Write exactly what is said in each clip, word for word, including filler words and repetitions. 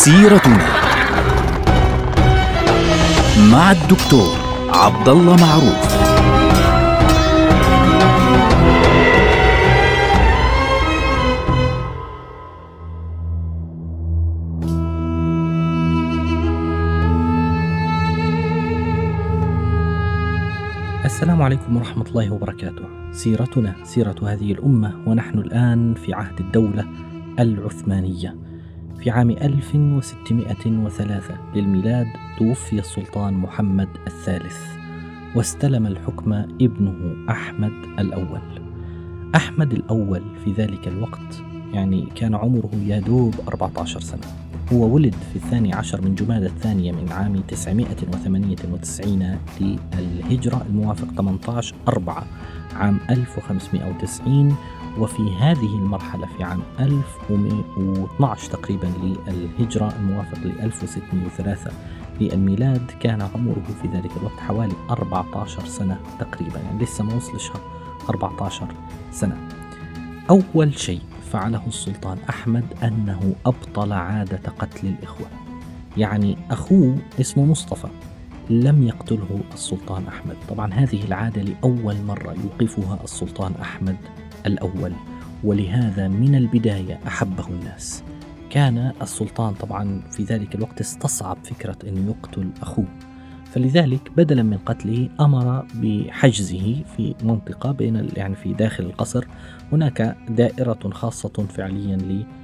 سيرتنا مع الدكتور عبد الله معروف. السلام عليكم ورحمة الله وبركاته. سيرتنا سيرة هذه الأمة، ونحن الآن في عهد الدولة العثمانية. في عام ألف وستمائة وثلاثة للميلاد توفي السلطان محمد الثالث، واستلم الحكم ابنه أحمد الأول. أحمد الأول في ذلك الوقت يعني كان عمره يدوب أربعة عشر سنة. هو ولد في الثاني عشر من جمادى الثانية من عام تسعمائة وثمانية وتسعين للهجرة، الموافق ثمانية عشر أربعة عام ألف وخمسمائة وتسعين. وفي هذه المرحلة في عام ألف واثني عشر تقريبا للهجرة، الموافق ل ألف وستمائة وثلاثة للميلاد، كان عمره في ذلك الوقت حوالي أربعة عشر سنة تقريبا، يعني لسه ما وصلش أربعة عشر سنة. أول شيء فعله السلطان أحمد أنه أبطل عادة قتل الإخوة. يعني أخوه اسمه مصطفى لم يقتله السلطان أحمد. طبعا هذه العادة لأول مرة يوقفها السلطان أحمد الأول، ولهذا من البداية أحبه الناس. كان السلطان طبعا في ذلك الوقت استصعب فكرة أن يقتل أخوه، فلذلك بدلا من قتله أمر بحجزه في منطقة بين يعني في داخل القصر. هناك دائرة خاصة فعليا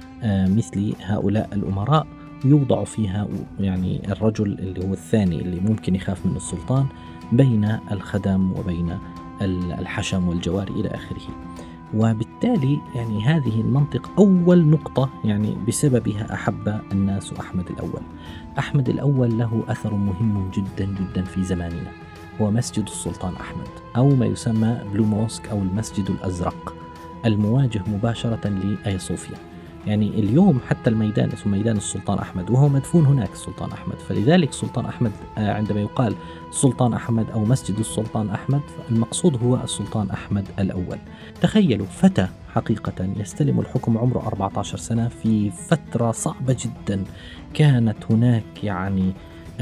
لمثل هؤلاء الأمراء، يوضع فيها يعني الرجل اللي هو الثاني اللي ممكن يخاف من السلطان بين الخدم وبين الحشم والجوار إلى آخره. وبالتالي يعني هذه المنطقة أول نقطة يعني بسببها أحب الناس أحمد الأول. أحمد الأول له أثر مهم جدا جدا في زماننا، هو مسجد السلطان أحمد، أو ما يسمى بلو موسك أو المسجد الأزرق، المواجه مباشرة لآيا صوفيا. يعني اليوم حتى الميدان اسمه ميدان السلطان أحمد، وهو مدفون هناك السلطان أحمد. فلذلك سلطان أحمد عندما يقال السلطان أحمد أو مسجد السلطان أحمد، المقصود هو السلطان أحمد الأول. تخيلوا فتى حقيقة يستلم الحكم عمره أربعة عشر سنة في فترة صعبة جدا. كانت هناك يعني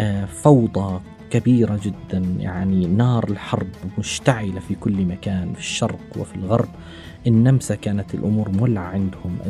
فوضى كبيرة جدا، يعني نار الحرب مشتعلة في كل مكان، في الشرق وفي الغرب. النمسا كانت الأمور مولعة عندهم،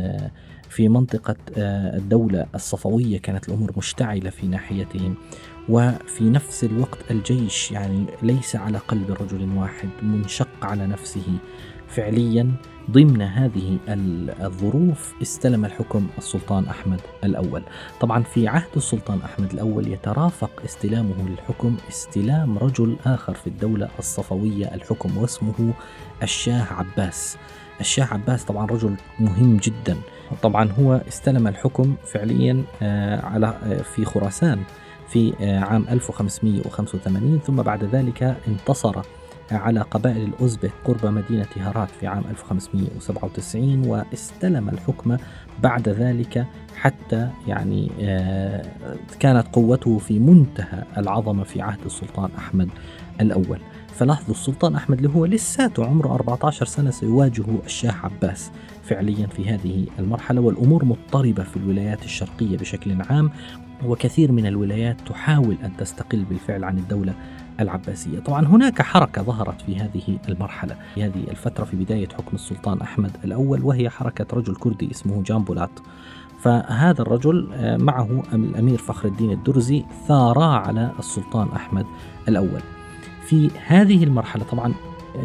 في منطقة الدولة الصفوية كانت الأمور مشتعلة في ناحيتهم. وفي نفس الوقت الجيش يعني ليس على قلب رجل واحد، منشق على نفسه فعليا. ضمن هذه الظروف استلم الحكم السلطان أحمد الأول. طبعا في عهد السلطان أحمد الأول يترافق استلامه للحكم استلام رجل آخر في الدولة الصفوية الحكم، واسمه الشاه عباس. الشاه عباس طبعا رجل مهم جدا. طبعا هو استلم الحكم فعليا على في خراسان في عام ألف وخمسمائة وخمسة وثمانين، ثم بعد ذلك انتصر على قبائل الأوزبك قرب مدينة هرات في عام ألف وخمسمائة وسبعة وتسعين، واستلم الحكم بعد ذلك حتى يعني كانت قوته في منتهى العظمة في عهد السلطان أحمد الأول. فلاحظوا السلطان أحمد اللي هو لساته عمره أربعة عشر سنة سيواجه الشاه عباس فعليا في هذه المرحلة. والأمور مضطربة في الولايات الشرقية بشكل عام، وكثير من الولايات تحاول أن تستقل بالفعل عن الدولة العباسية. طبعا هناك حركة ظهرت في هذه المرحلة في هذه الفترة في بداية حكم السلطان أحمد الأول، وهي حركة رجل كردي اسمه جان بولات. فهذا الرجل معه الأمير فخر الدين الدرزي ثارا على السلطان أحمد الأول. في هذه المرحلة طبعا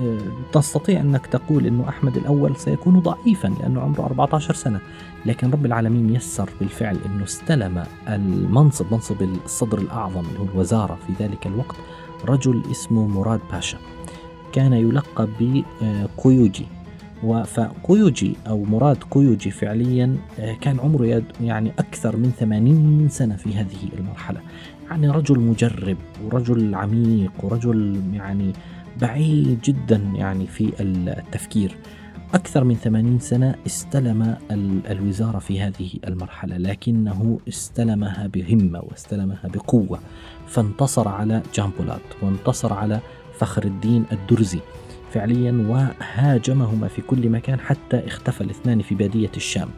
تستطيع أنك تقول أنه أحمد الأول سيكون ضعيفا لأنه عمره أربعة عشر سنة، لكن رب العالمين يسر بالفعل أنه استلم المنصب، منصب الصدر الأعظم اللي هو الوزارة في ذلك الوقت، رجل اسمه مراد باشا، كان يلقب بقيوجي. وفقيوجي أو مراد قيوجي فعليا كان عمره يعني أكثر من ثمانين سنة في هذه المرحلة. يعني رجل مجرب ورجل عميق ورجل يعني بعيد جدا يعني في التفكير. أكثر من ثمانين سنة استلم الوزارة في هذه المرحلة، لكنه استلمها بهمة واستلمها بقوة، فانتصر على جان بولات وانتصر على فخر الدين الدرزي فعليا، وهاجمهما في كل مكان حتى اختفى الاثنان في بادية الشام.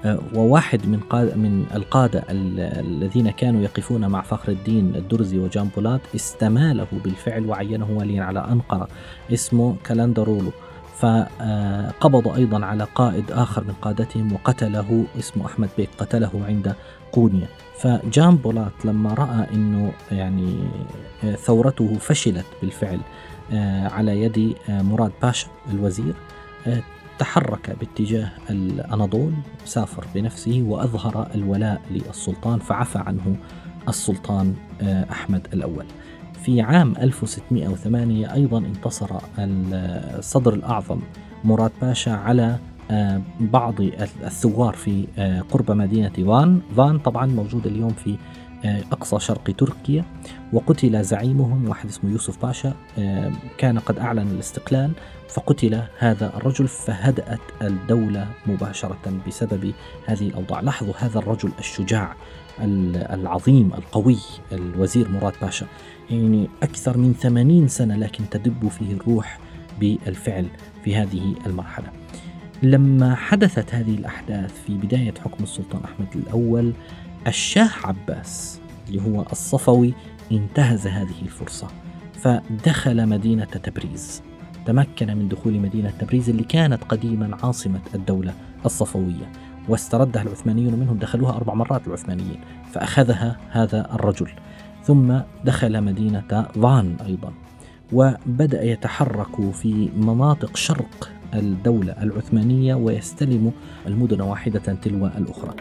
وواحد من قاد من القادة الذين كانوا يقفون مع فخر الدين الدرزي وجان بولات استماله بالفعل وعينه واليا على أنقرة اسمه كالندرولو. فقبض أيضا على قائد آخر من قادتهم وقتله اسمه أحمد بيك، قتله عند قونيا. فجان بولات لما رأى أنه يعني ثورته فشلت بالفعل على يد مراد باشا الوزير، تحرك باتجاه الأناضول، سافر بنفسه وأظهر الولاء للسلطان، فعفى عنه السلطان أحمد الأول. في عام ألف وستمائة وثمانية أيضا انتصر الصدر الأعظم مراد باشا على بعض الثوار في قرب مدينة فان. فان طبعا موجود اليوم في أقصى شرق تركيا، وقتل زعيمهم واحد اسمه يوسف باشا، كان قد أعلن الاستقلال، فقتل هذا الرجل، فهدأت الدولة مباشرة بسبب هذه الأوضاع. لاحظوا هذا الرجل الشجاع العظيم القوي الوزير مراد باشا، يعني أكثر من ثمانين سنة لكن تدب فيه الروح بالفعل في هذه المرحلة. لما حدثت هذه الأحداث في بداية حكم السلطان أحمد الأول، الشاه عباس اللي هو الصفوي انتهز هذه الفرصة فدخل مدينة تبريز، تمكن من دخول مدينة تبريز اللي كانت قديما عاصمة الدولة الصفوية، واستردها العثمانيون منهم، دخلوها أربع مرات العثمانيين فأخذها هذا الرجل. ثم دخل مدينة فان أيضا، وبدأ يتحرك في مناطق شرق الدولة العثمانية ويستلم المدن واحدة تلو الأخرى.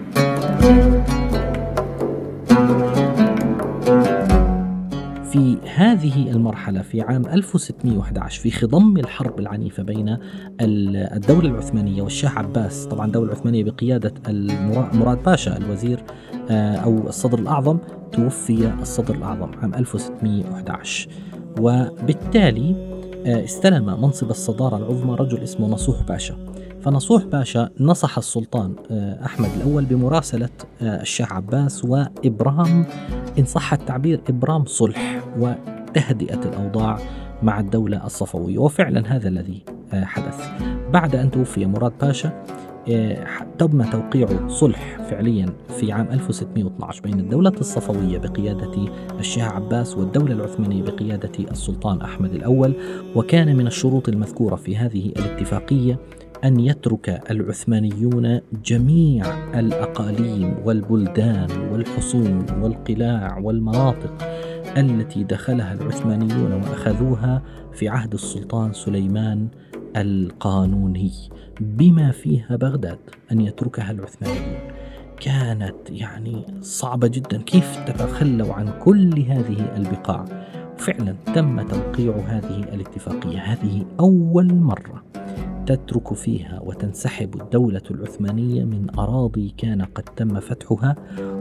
في هذه المرحلة في عام ألف وستمائة وأحد عشر في خضم الحرب العنيفة بين الدولة العثمانية والشاه عباس، طبعا الدولة العثمانية بقيادة مراد باشا الوزير أو الصدر الأعظم، توفي الصدر الأعظم عام ألف وستمائة وأحد عشر، وبالتالي استلم منصب الصدارة العظمى رجل اسمه نصوح باشا. فنصوح باشا نصح السلطان أحمد الأول بمراسلة الشاه عباس وإبرام، إن صح التعبير، إبرام صلح وتهدئة الأوضاع مع الدولة الصفوية، وفعلا هذا الذي حدث. بعد أن توفي مراد باشا تم توقيع صلح فعليا في عام ألف وستمائة واثني عشر بين الدولة الصفوية بقيادة الشاه عباس والدولة العثمانية بقيادة السلطان أحمد الأول. وكان من الشروط المذكورة في هذه الاتفاقية أن يترك العثمانيون جميع الأقاليم والبلدان والحصون والقلاع والمناطق التي دخلها العثمانيون وأخذوها في عهد السلطان سليمان القانوني، بما فيها بغداد، أن يتركها العثمانيون. كانت يعني صعبة جدا، كيف تتخلوا عن كل هذه البقاع؟ فعلا تم توقيع هذه الاتفاقية. هذه أول مرة تترك فيها وتنسحب الدولة العثمانية من أراضي كان قد تم فتحها،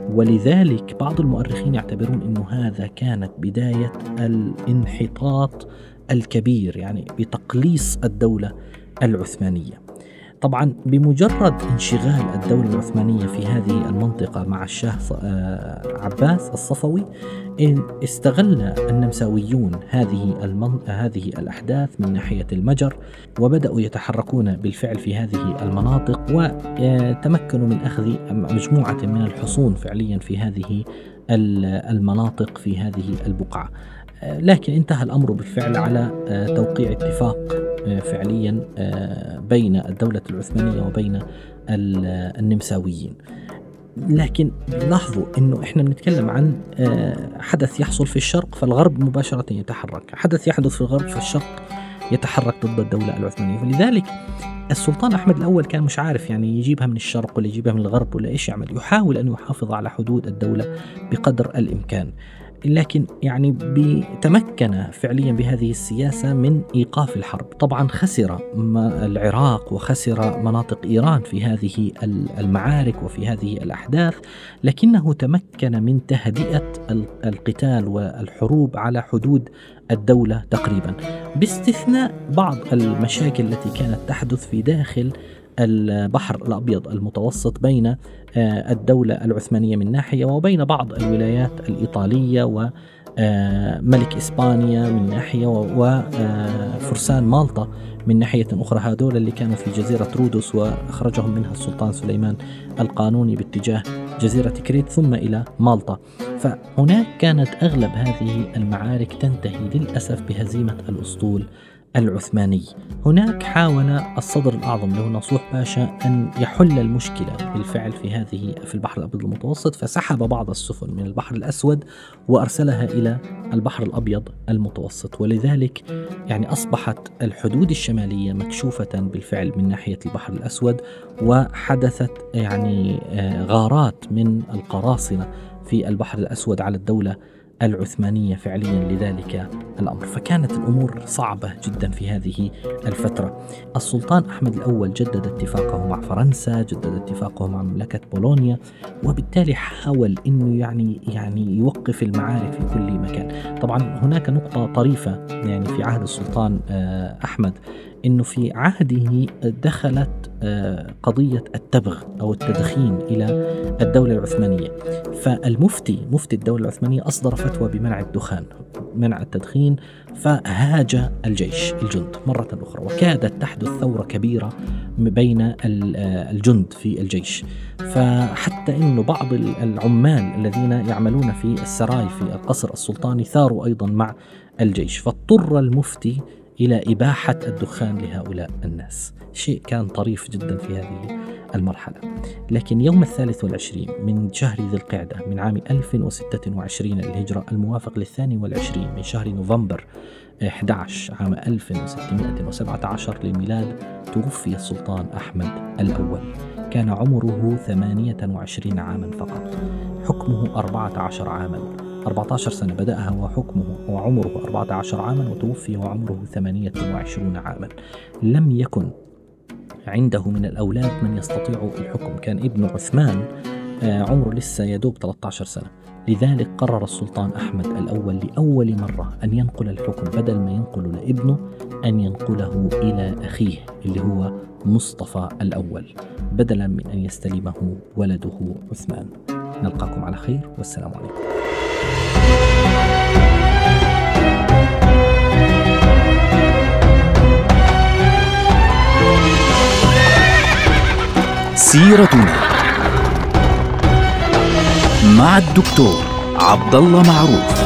ولذلك بعض المؤرخين يعتبرون أن هذا كانت بداية الانحطاط الكبير، يعني بتقليص الدولة العثمانية. طبعا بمجرد انشغال الدولة العثمانية في هذه المنطقة مع الشاه عباس الصفوي، استغل النمساويون هذه المن... هذه الأحداث من ناحية المجر، وبدأوا يتحركون بالفعل في هذه المناطق، وتمكنوا من أخذ مجموعة من الحصون فعليا في هذه المناطق في هذه البقعة. لكن انتهى الأمر بالفعل على توقيع اتفاق فعليا بين الدولة العثمانية وبين النمساويين. لكن لاحظوا أنه إحنا بنتكلم عن حدث يحصل في الشرق فالغرب مباشرة يتحرك، حدث يحدث في الغرب فالشرق يتحرك ضد الدولة العثمانية. فلذلك السلطان أحمد الأول كان مش عارف يعني يجيبها من الشرق ولا يجيبها من الغرب ولا إيش يعمل، يحاول أن يحافظ على حدود الدولة بقدر الإمكان، لكن يعني تمكن فعليا بهذه السياسة من إيقاف الحرب. طبعا خسر العراق وخسر مناطق إيران في هذه المعارك وفي هذه الأحداث، لكنه تمكن من تهدئة القتال والحروب على حدود الدولة تقريبا، باستثناء بعض المشاكل التي كانت تحدث في داخل البحر الأبيض المتوسط بين الدولة العثمانية من ناحية وبين بعض الولايات الإيطالية ملك إسبانيا من ناحية وفرسان مالطا من ناحية أخرى، هذول اللي كانوا في جزيرة رودوس وأخرجهم منها السلطان سليمان القانوني باتجاه جزيرة كريت ثم إلى مالطا. فهناك كانت أغلب هذه المعارك تنتهي للأسف بهزيمة الأسطول العثماني. هناك حاول الصدر الأعظم له نصوح باشا أن يحل المشكلة بالفعل في هذه في البحر الأبيض المتوسط، فسحب بعض السفن من البحر الأسود وأرسلها إلى البحر الأبيض المتوسط، ولذلك يعني أصبحت الحدود الشمالية مكشوفة بالفعل من ناحية البحر الأسود، وحدثت يعني غارات من القراصنة في البحر الأسود على الدولة العثمانية فعليا لذلك الأمر. فكانت الأمور صعبة جدا في هذه الفترة. السلطان أحمد الأول جدد اتفاقه مع فرنسا، جدد اتفاقه مع مملكة بولونيا، وبالتالي حاول أنه يعني يعني يوقف المعارك في كل مكان. طبعا هناك نقطة طريفة يعني في عهد السلطان أحمد، إنه في عهده دخلت قضية التبغ أو التدخين إلى الدولة العثمانية، فالمفتي مفتي الدولة العثمانية أصدر فتوى بمنع الدخان، منع التدخين، فهاج الجيش الجند مرة أخرى، وكادت تحدث ثورة كبيرة بين الجند في الجيش، فحتى إنه بعض العمال الذين يعملون في السراي في القصر السلطاني ثاروا أيضا مع الجيش، فاضطر المفتي إلى إباحة الدخان لهؤلاء الناس. شيء كان طريف جدا في هذه المرحلة. لكن يوم الثالث والعشرين من شهر ذي القعدة من عام ألف وستة وعشرين للهجرة، الموافق للثاني والعشرين من شهر نوفمبر أحد عشر عام ألف وستمائة وسبعة عشر للميلاد، توفي السلطان أحمد الأول. كان عمره ثمانية وعشرين عاما فقط، حكمه أربعة عشر عاما، أربعة عشر سنة بدأها وحكمه وعمره أربعة عشر عاما، وتوفي وعمره ثمانية وعشرين عاما. لم يكن عنده من الأولاد من يستطيع الحكم، كان ابن عثمان عمره لسه يدوب ثلاثة عشر سنة، لذلك قرر السلطان أحمد الأول لأول مرة أن ينقل الحكم، بدل ما ينقله لابنه أن ينقله إلى أخيه اللي هو مصطفى الأول، بدلا من أن يستلمه ولده عثمان. نلقاكم على خير، والسلام عليكم. سيرتنا مع الدكتور عبد الله معروف.